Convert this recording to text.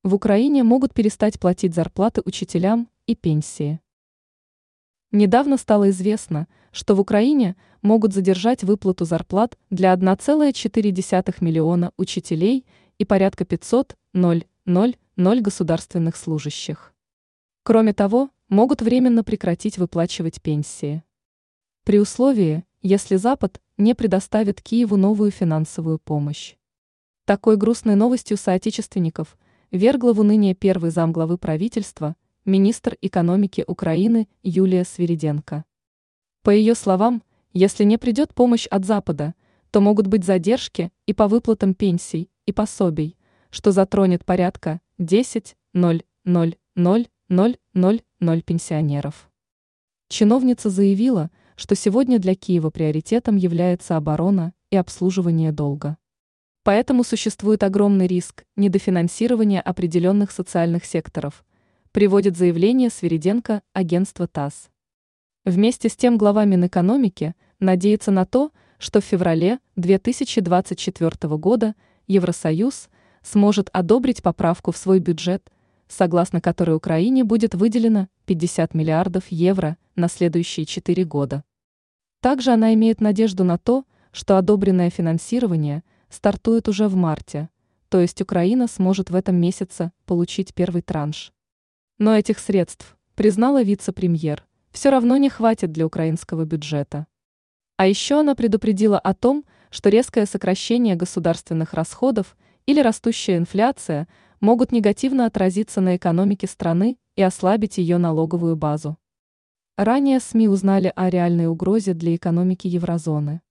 В Украине могут перестать платить зарплаты учителям и пенсии. Недавно стало известно, что в Украине могут задержать выплату зарплат для 1,4 миллиона учителей и порядка 500 000 государственных служащих. Кроме того, могут временно прекратить выплачивать пенсии. При условии, если Запад не предоставит Киеву новую финансовую помощь. Такой грустной новостью соотечественников вергла в уныние первый замглавы правительства, министр экономики Украины Юлия Свириденко. По ее словам, если не придет помощь от Запада, то могут быть задержки и по выплатам пенсий и пособий, что затронет порядка 10 000 пенсионеров. Чиновница заявила, что сегодня для Киева приоритетом является оборона и обслуживание долга. Поэтому существует огромный риск недофинансирования определенных социальных секторов, приводит заявление Свириденко агентство ТАСС. Вместе с тем глава Минэкономики надеется на то, что в феврале 2024 года Евросоюз сможет одобрить поправку в свой бюджет, согласно которой Украине будет выделено 50 миллиардов евро на следующие 4 года. Также она имеет надежду на то, что одобренное финансирование стартует уже в марте, то есть Украина сможет в этом месяце получить первый транш. Но этих средств, признала вице-премьер, все равно не хватит для украинского бюджета. А еще она предупредила о том, что резкое сокращение государственных расходов или растущая инфляция могут негативно отразиться на экономике страны и ослабить ее налоговую базу. Ранее СМИ узнали о реальной угрозе для экономики еврозоны.